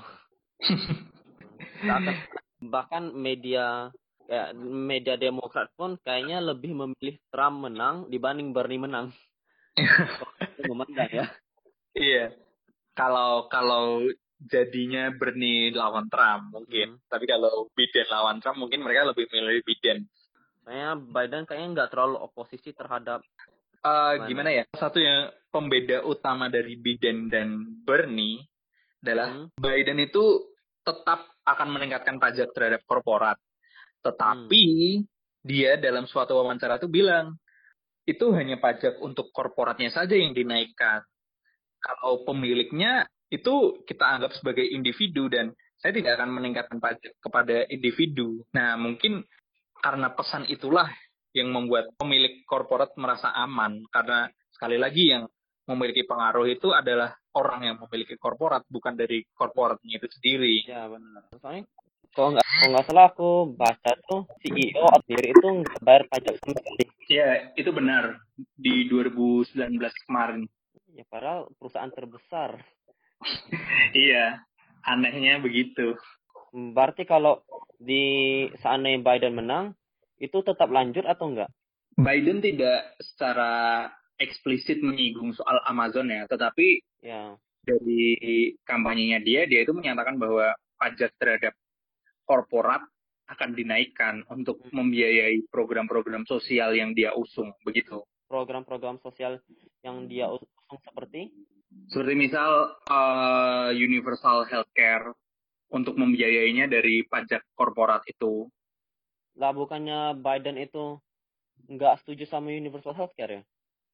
Bahkan, bahkan media kayak media Demokrat pun kayaknya lebih memilih Trump menang dibanding Bernie menang. Itu memandang ya. Iya. Kalau kalau jadinya Bernie lawan Trump mungkin. Hmm. Tapi kalau Biden lawan Trump mungkin mereka lebih milih Biden. Kayaknya Biden kayaknya nggak terlalu oposisi terhadap Uh, mana. gimana ya? Satu yang pembeda utama dari Biden dan Bernie adalah Hmm. Biden itu tetap akan meningkatkan pajak terhadap korporat. Hmm. Tetapi dia dalam suatu wawancara tuh bilang, itu hanya pajak untuk korporatnya saja yang dinaikkan. Kalau pemiliknya itu kita anggap sebagai individu dan saya tidak akan meningkatkan pajak kepada individu. Nah, mungkin karena pesan itulah yang membuat pemilik korporat merasa aman. Karena sekali lagi yang memiliki pengaruh itu adalah orang yang memiliki korporat, bukan dari korporatnya itu sendiri. Ya benar. Soalnya kalau nggak kalau nggak salah aku baca tuh C E O sendiri itu nggak bayar pajak sama sekali. Ya, itu benar di dua ribu sembilan belas kemarin. Ya padahal perusahaan terbesar. Iya, anehnya begitu. Berarti kalau di seandainya Biden menang, itu tetap lanjut atau enggak? Biden tidak secara eksplisit menyinggung soal Amazon ya, tetapi Ya. dari kampanyenya dia, dia itu menyatakan bahwa pajak terhadap korporat akan dinaikkan untuk membiayai program-program sosial yang dia usung, begitu. Program-program sosial yang dia usung seperti? Seperti misal uh, universal healthcare untuk membiayainya dari pajak korporat itu. Lah bukannya Biden itu nggak setuju sama universal healthcare ya?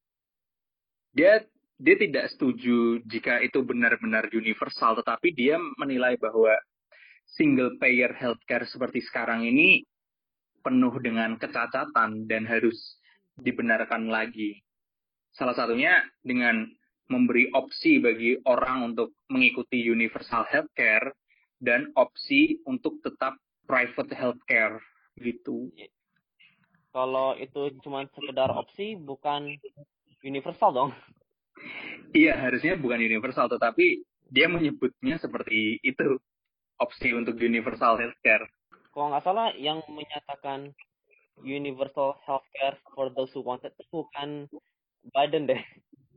Dia dia tidak setuju jika itu benar-benar universal, tetapi dia menilai bahwa single payer healthcare seperti sekarang ini penuh dengan kecacatan dan harus dibenarkan lagi. Salah satunya dengan memberi opsi bagi orang untuk mengikuti universal healthcare dan opsi untuk tetap private healthcare gitu. Kalau itu cuma sekedar opsi, bukan universal dong. Iya, harusnya bukan universal, tetapi dia menyebutnya seperti itu, opsi untuk universal healthcare. Kalau nggak salah, yang menyatakan universal healthcare for those who want it itu bukan Biden deh.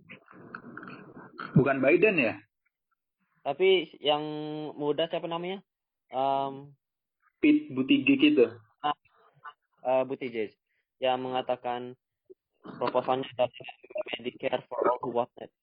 Bukan Biden ya? Tapi yang muda siapa namanya? Um, Pete Buttigieg itu. ah, uh, Buttigieg. Yang mengatakan proposalnya adalah Medicare for all who want it.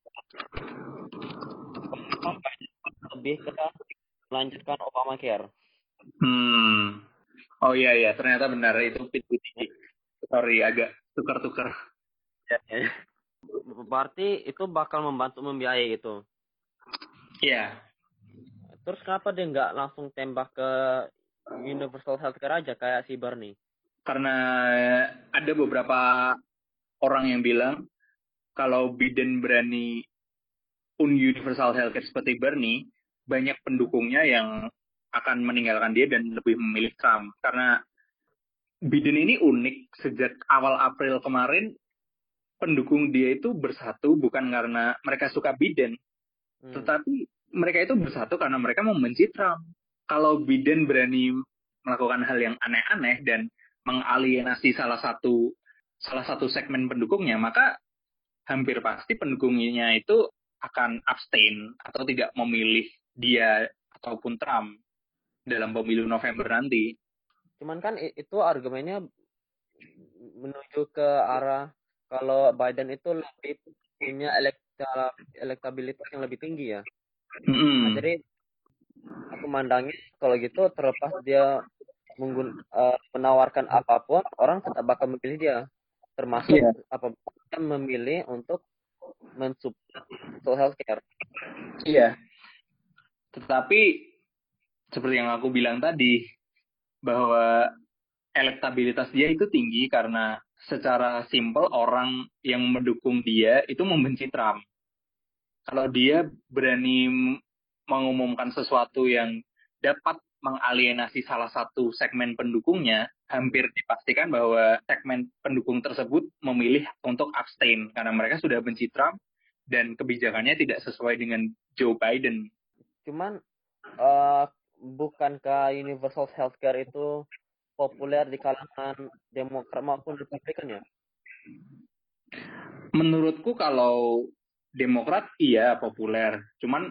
Lebih ke melanjutkan Obamacare. Hmm. Oh iya iya, ternyata benar itu Pete Buttigieg. Sorry, agak tukar-tukar. Ya, ya. Berarti itu bakal membantu membiayai itu. Iya. Terus kenapa dia nggak langsung tembak ke universal healthcare aja kayak si Bernie? Karena ada beberapa orang yang bilang kalau Biden berani universal healthcare seperti Bernie, banyak pendukungnya yang akan meninggalkan dia dan lebih memilih Trump. Karena Biden ini unik, sejak awal April kemarin pendukung dia itu bersatu bukan karena mereka suka Biden, Hmm. tetapi mereka itu bersatu karena mereka membenci Trump. Kalau Biden berani melakukan hal yang aneh-aneh dan mengalienasi salah satu salah satu segmen pendukungnya, maka hampir pasti pendukungnya itu akan abstain atau tidak memilih dia ataupun Trump dalam pemilu November nanti. Cuman kan itu argumennya menuju ke arah kalau Biden itu lebih punya elektabilitas yang lebih tinggi ya. Mm-hmm. Nah, jadi aku mandangnya kalau gitu terlepas dia menggun uh, menawarkan apapun, orang tetap bakal memilih dia. Termasuk yeah. apa memilih untuk mensupport healthcare. Iya. Tetapi seperti yang aku bilang tadi, bahwa elektabilitas dia itu tinggi karena secara simpel orang yang mendukung dia itu membenci Trump. Kalau dia berani mengumumkan sesuatu yang dapat mengalienasi salah satu segmen pendukungnya, hampir dipastikan bahwa segmen pendukung tersebut memilih untuk abstain karena mereka sudah benci Trump dan kebijakannya tidak sesuai dengan Joe Biden. Cuman uh, bukankah universal healthcare itu populer di kalangan Demokrat maupun Republikan ya? Menurutku kalau Demokrat iya populer, cuman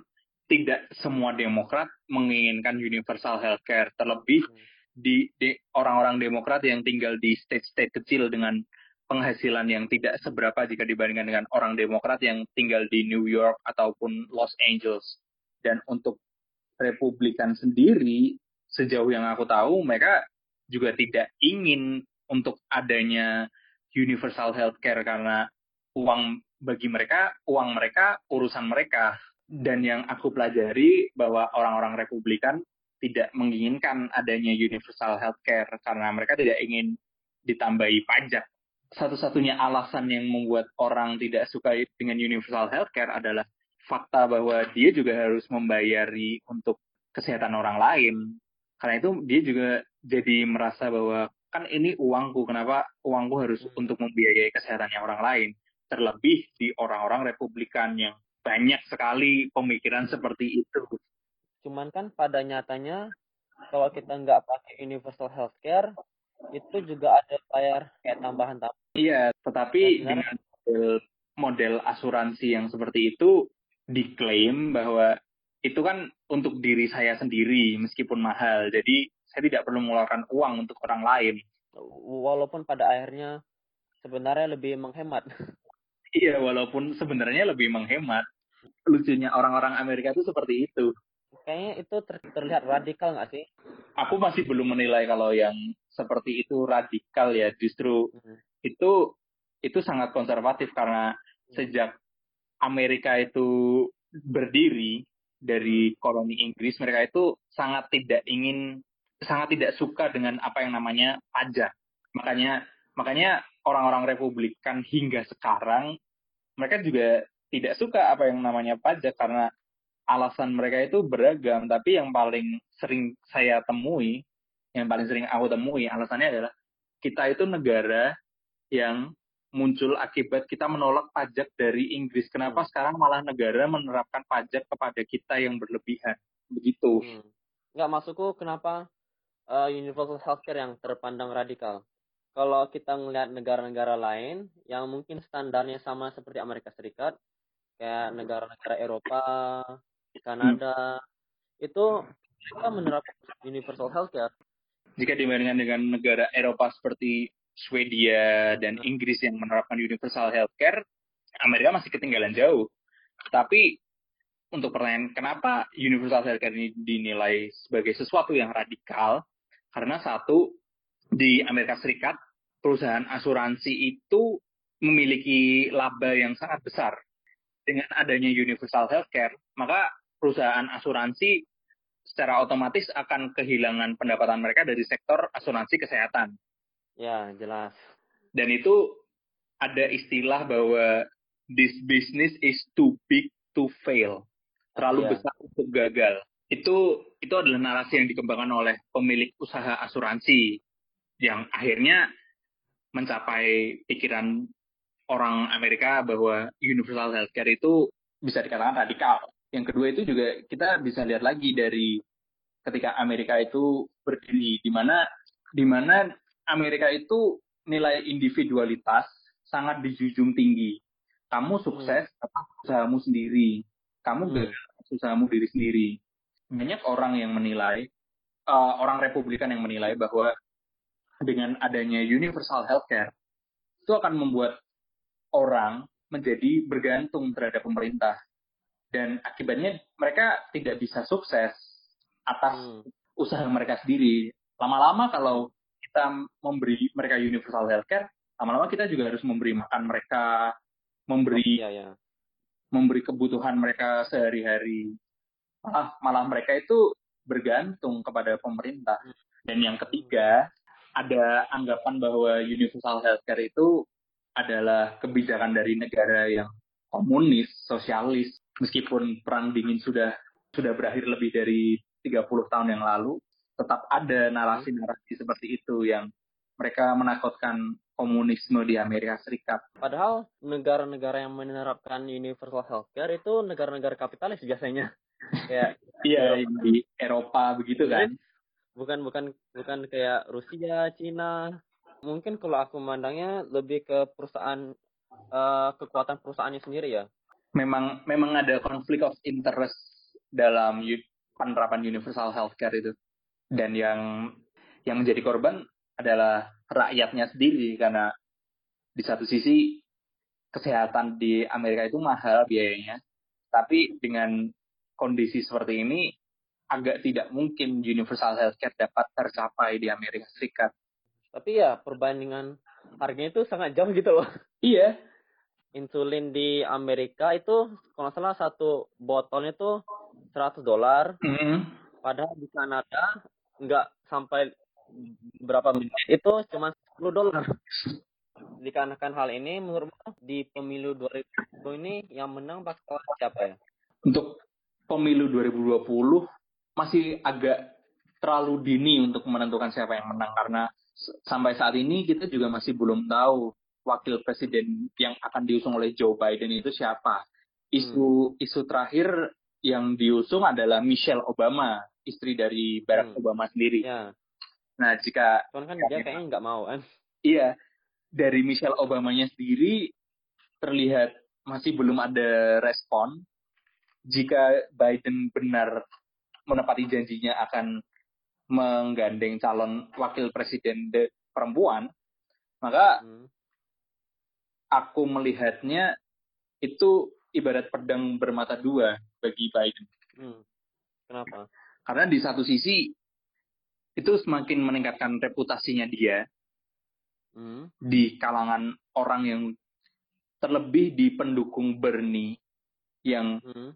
tidak semua Demokrat menginginkan universal healthcare, terlebih Hmm. di, di orang-orang Demokrat yang tinggal di state-state kecil dengan penghasilan yang tidak seberapa jika dibandingkan dengan orang Demokrat yang tinggal di New York ataupun Los Angeles. Dan untuk Republikan sendiri, sejauh yang aku tahu, mereka juga tidak ingin untuk adanya universal healthcare karena uang bagi mereka, uang mereka, urusan mereka. Dan yang aku pelajari bahwa orang-orang Republikan tidak menginginkan adanya universal healthcare karena mereka tidak ingin ditambahi pajak. Satu-satunya alasan yang membuat orang tidak suka dengan universal healthcare adalah fakta bahwa dia juga harus membayari untuk kesehatan orang lain. Karena itu dia juga jadi merasa bahwa kan ini uangku, kenapa uangku harus Hmm. untuk membiayai kesehatannya orang lain. Terlebih di orang-orang Republikan yang banyak sekali pemikiran seperti itu. Cuman kan pada nyatanya kalau kita nggak pakai universal healthcare itu juga ada bayar kayak tambahan-tambahan. Iya, Dan tetapi sebenarnya dengan model, model asuransi yang seperti itu diklaim bahwa itu kan untuk diri saya sendiri meskipun mahal. Jadi saya tidak perlu mengeluarkan uang untuk orang lain. walaupun pada akhirnya sebenarnya lebih menghemat. Iya, walaupun sebenarnya lebih menghemat. Lucunya orang-orang Amerika itu seperti itu. Kayaknya itu ter- terlihat radikal nggak sih? Aku masih belum menilai kalau yang seperti itu radikal ya. Justru Hmm. itu itu sangat konservatif karena sejak Amerika itu berdiri dari koloni Inggris, mereka itu sangat tidak ingin, sangat tidak suka dengan apa yang namanya pajak. Makanya, makanya orang-orang Republikan hingga sekarang mereka juga tidak suka apa yang namanya pajak karena alasan mereka itu beragam. Tapi yang paling sering saya temui, yang paling sering aku temui alasannya adalah kita itu negara yang muncul akibat kita menolak pajak dari Inggris. Kenapa Hmm. sekarang malah negara menerapkan pajak kepada kita yang berlebihan? Begitu. Hmm. Nggak, maksudku kenapa uh, universal healthcare yang terpandang radikal? Kalau kita ngelihat negara-negara lain yang mungkin standarnya sama seperti Amerika Serikat, kayak negara-negara Eropa, Hmm. Kanada, itu mereka menerapkan universal healthcare. Jika dibandingkan dengan negara Eropa seperti Swedia dan Nah, Inggris yang menerapkan universal healthcare, Amerika masih ketinggalan jauh. Tapi untuk pertanyaan kenapa universal healthcare ini dinilai sebagai sesuatu yang radikal? Karena satu, di Amerika Serikat, perusahaan asuransi itu memiliki laba yang sangat besar. Dengan adanya universal healthcare, maka perusahaan asuransi secara otomatis akan kehilangan pendapatan mereka dari sektor asuransi kesehatan. ya jelas. Dan itu ada istilah bahwa this business is too big to fail. Ah, Terlalu ya. besar untuk gagal. Itu itu adalah narasi yang dikembangkan oleh pemilik usaha asuransi yang akhirnya mencapai pikiran orang Amerika bahwa universal healthcare itu bisa dikatakan radikal. Yang kedua itu juga kita bisa lihat lagi dari ketika Amerika itu berdiri, di mana di mana Amerika itu nilai individualitas sangat dijunjung tinggi. Kamu Hmm. sukses atas usahamu sendiri, kamu Hmm. gagal atas usahamu diri sendiri. Banyak orang yang menilai, uh, orang Republikan yang menilai bahwa dengan adanya universal healthcare itu akan membuat orang menjadi bergantung terhadap pemerintah dan akibatnya mereka tidak bisa sukses atas Hmm. usaha mereka sendiri. Lama-lama kalau Hmm. kita memberi mereka universal healthcare, lama-lama kita juga harus memberi makan mereka, Oh, memberi iya ya. memberi kebutuhan mereka sehari-hari. Malah, malah mereka itu bergantung kepada pemerintah. Hmm. Dan yang Hmm. ketiga, ada anggapan bahwa universal healthcare itu adalah kebijakan dari negara yang komunis, sosialis. Meskipun perang dingin sudah sudah berakhir lebih dari tiga puluh tahun yang lalu, tetap ada Hmm. narasi-narasi seperti itu yang mereka menakutkan komunisme di Amerika Serikat. Padahal negara-negara yang menerapkan universal healthcare itu negara-negara kapitalis biasanya. Kayak Iya, Eropa, yang di Eropa begitu kan. Inggris, bukan bukan bukan kayak Rusia, Cina. Mungkin kalau aku memandangnya lebih ke perusahaan, eh, kekuatan perusahaannya sendiri ya. Memang memang ada konflik of interest dalam penerapan universal healthcare itu. Dan yang yang menjadi korban adalah rakyatnya sendiri, karena di satu sisi kesehatan di Amerika itu mahal biayanya, tapi dengan kondisi seperti ini agak tidak mungkin universal healthcare dapat tercapai di Amerika Serikat. Tapi ya perbandingan harganya itu sangat jauh gitu loh. Iya. Insulin di Amerika itu kalau nggak salah satu botolnya itu seratus dolar. Mm-hmm. Padahal di Kanada nggak sampai berapa menit itu cuma sepuluh dolar. Dikarenakan hal ini, menurutmu di pemilu dua ribu dua puluh ini yang menang bakal siapa ya? Untuk pemilu dua ribu dua puluh masih agak terlalu dini untuk menentukan siapa yang menang, karena sampai saat ini kita juga masih belum tahu wakil presiden yang akan diusung oleh Joe Biden itu siapa. Isu hmm. isu terakhir yang diusung adalah Michelle Obama, istri dari Barack hmm. Obama sendiri. Ya. Nah, jika Cuman kan dia kayaknya nggak mau kan? Iya, dari Michelle Obamanya sendiri terlihat masih belum ada respon. Jika Biden benar menepati janjinya akan menggandeng calon wakil presiden de- perempuan, maka hmm. aku melihatnya itu ibarat pedang bermata dua bagi Biden. Hmm. Kenapa? Karena di satu sisi itu semakin meningkatkan reputasinya dia hmm. di kalangan orang yang terlebih di pendukung Bernie yang hmm.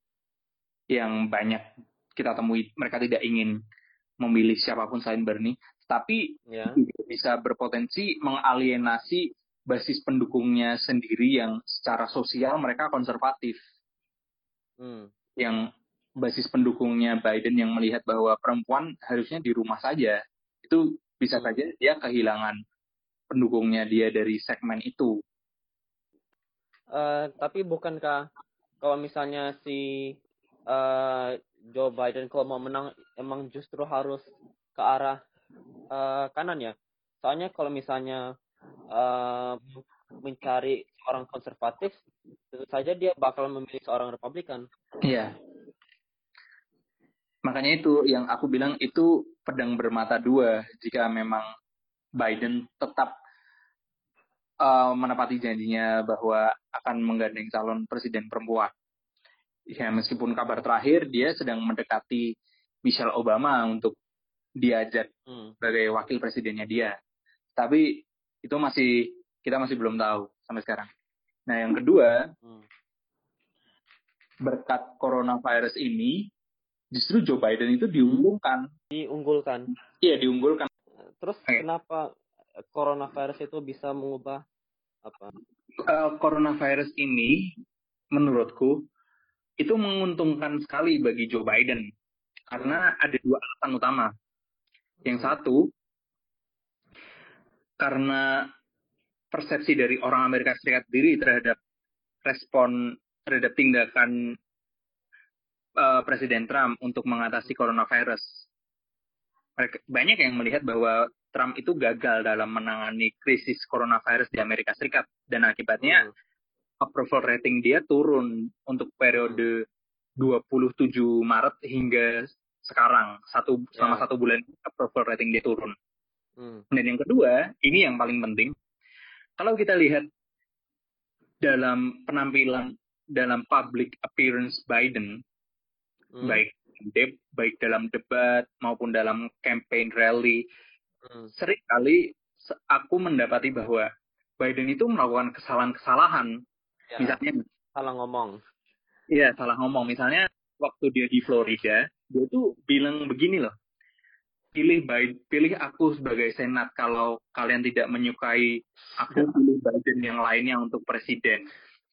yang banyak kita temui, mereka tidak ingin memilih siapapun selain Bernie, tapi yeah. bisa berpotensi mengalienasi basis pendukungnya sendiri yang secara sosial mereka konservatif. Hmm. Yang basis pendukungnya Biden yang melihat bahwa perempuan harusnya di rumah saja, itu bisa hmm. saja dia kehilangan pendukungnya dia dari segmen itu. Uh, tapi bukankah kalau misalnya si uh, Joe Biden kalau mau menang emang justru harus ke arah uh, kanan ya? Soalnya kalau misalnya uh, mencari seorang konservatif, tentu saja dia bakal memilih seorang Republikan. Iya. Makanya itu yang aku bilang itu pedang bermata dua jika memang Biden tetap uh, menepati janjinya bahwa akan menggandeng calon presiden perempuan. Ya, meskipun kabar terakhir dia sedang mendekati Michelle Obama untuk diajak hmm. sebagai wakil presidennya dia. Tapi itu masih, kita masih belum tahu sampai sekarang. Nah, yang kedua, hmm. berkat coronavirus ini, justru Joe Biden itu diunggulkan. Diunggulkan? Iya, diunggulkan. Terus okay. Kenapa coronavirus itu bisa mengubah apa? Uh, coronavirus ini, menurutku, itu menguntungkan sekali bagi Joe Biden. Karena ada dua alasan utama. Yang satu, karena persepsi dari orang Amerika Serikat sendiri terhadap respon, terhadap tindakan uh, Presiden Trump untuk mengatasi coronavirus. Banyak yang melihat bahwa Trump itu gagal dalam menangani krisis coronavirus di Amerika Serikat. Dan akibatnya, hmm. approval rating dia turun untuk periode dua puluh tujuh Maret hingga sekarang. Satu, selama yeah. satu bulan approval rating dia turun. Hmm. Dan yang kedua, ini yang paling penting. Kalau kita lihat dalam penampilan, dalam public appearance Biden, hmm. baik de- baik dalam debat maupun dalam campaign rally, hmm. seringkali aku mendapati bahwa Biden itu melakukan kesalahan-kesalahan. Ya, misalnya salah ngomong. Iya, salah ngomong. Misalnya waktu dia di Florida, dia tuh bilang begini loh. Pilih Biden, pilih aku sebagai senat, kalau kalian tidak menyukai aku, pilih Biden yang lainnya untuk presiden.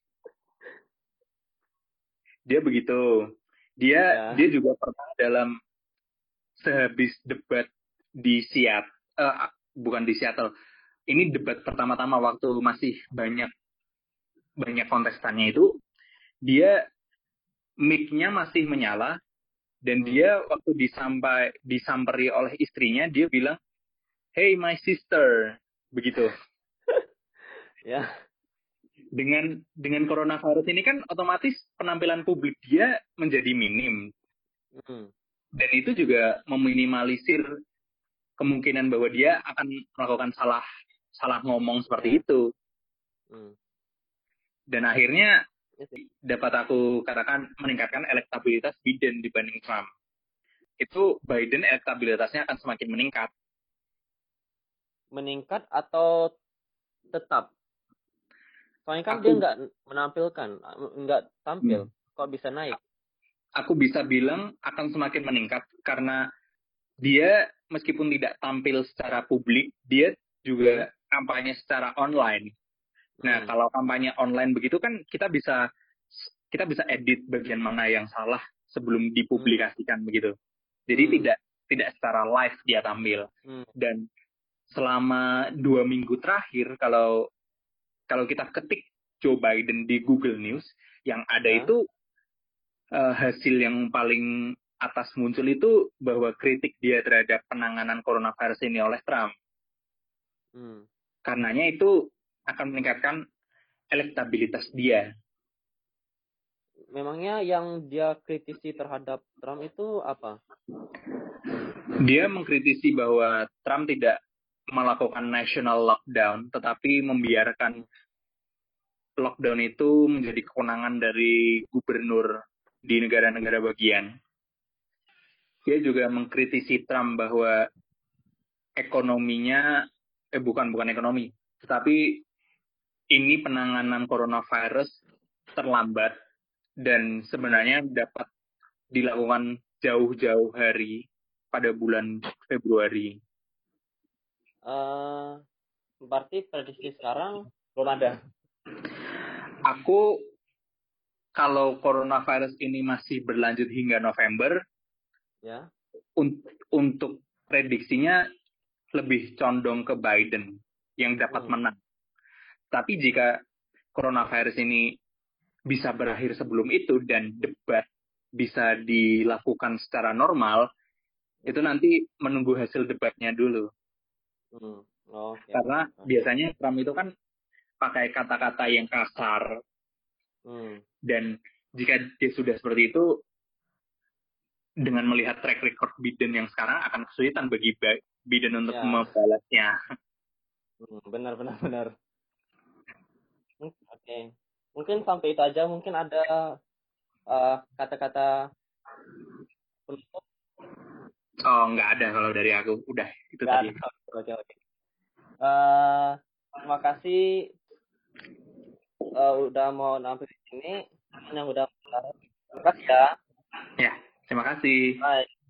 Dia begitu. Dia ya. dia juga pernah dalam sehabis debat di Seattle, uh, bukan di Seattle. Ini debat pertama-tama waktu masih banyak banyak kontestannya itu, dia mic-nya masih menyala. Dan dia waktu disampai, disamperi oleh istrinya, dia bilang, "Hey my sister," begitu. Ya. dengan dengan coronavirus ini kan otomatis penampilan publik dia menjadi minim. Hmm. Dan itu juga meminimalisir kemungkinan bahwa dia akan melakukan salah salah ngomong seperti Ya. itu. Hmm. Dan akhirnya Ya sih. dapat aku katakan meningkatkan elektabilitas Biden dibanding Trump. Itu Biden elektabilitasnya akan semakin meningkat. Meningkat atau tetap? Soalnya kan Aku dia nggak menampilkan, nggak tampil. hmm, Kok bisa naik? aku bisa bilang akan semakin meningkat karena dia meskipun tidak tampil secara publik, dia juga Hmm. kampanye secara online. Nah, Hmm. kalau kampanye online begitu kan kita bisa kita bisa edit bagian mana yang salah sebelum dipublikasikan begitu. Jadi Hmm. tidak tidak secara live dia tampil. Hmm. Dan selama dua minggu terakhir kalau kalau kita ketik Joe Biden di Google News, yang ada Ya. itu uh, hasil yang paling atas muncul itu bahwa kritik dia terhadap penanganan coronavirus ini oleh Trump. Hmm. Karenanya itu akan meningkatkan elektabilitas dia. Memangnya yang dia kritisi terhadap Trump itu apa? Dia mengkritisi bahwa Trump tidak melakukan national lockdown, tetapi membiarkan lockdown itu menjadi kewenangan dari gubernur di negara-negara bagian. Dia juga mengkritisi Trump bahwa ekonominya, eh bukan bukan ekonomi, tetapi ini penanganan coronavirus terlambat dan sebenarnya dapat dilakukan jauh-jauh hari pada bulan Februari. Uh, berarti prediksi sekarang belum ada. Aku kalau coronavirus ini masih berlanjut hingga November, Ya. un- untuk prediksinya lebih condong ke Biden yang dapat Hmm. menang. Tapi jika coronavirus ini bisa berakhir sebelum itu dan debat bisa dilakukan secara normal, itu nanti menunggu hasil debatnya dulu. Hmm. Oh, oke, Karena oke. biasanya Trump itu kan pakai kata-kata yang kasar. Hmm. Dan jika dia sudah seperti itu, dengan melihat track record Biden yang sekarang akan kesulitan bagi Biden untuk Ya. membalasnya. Hmm. Benar, benar, benar. Hmm. Oke. Mungkin sampai itu aja. Mungkin ada uh, kata-kata penutup. Oh, nggak ada kalau dari aku. Udah, itu Nggak tadi. ada. Oke, oke. Uh, terima kasih uh, udah mau nampil di sini. Yang udah terima kasih ya. Ya, terima kasih. Bye.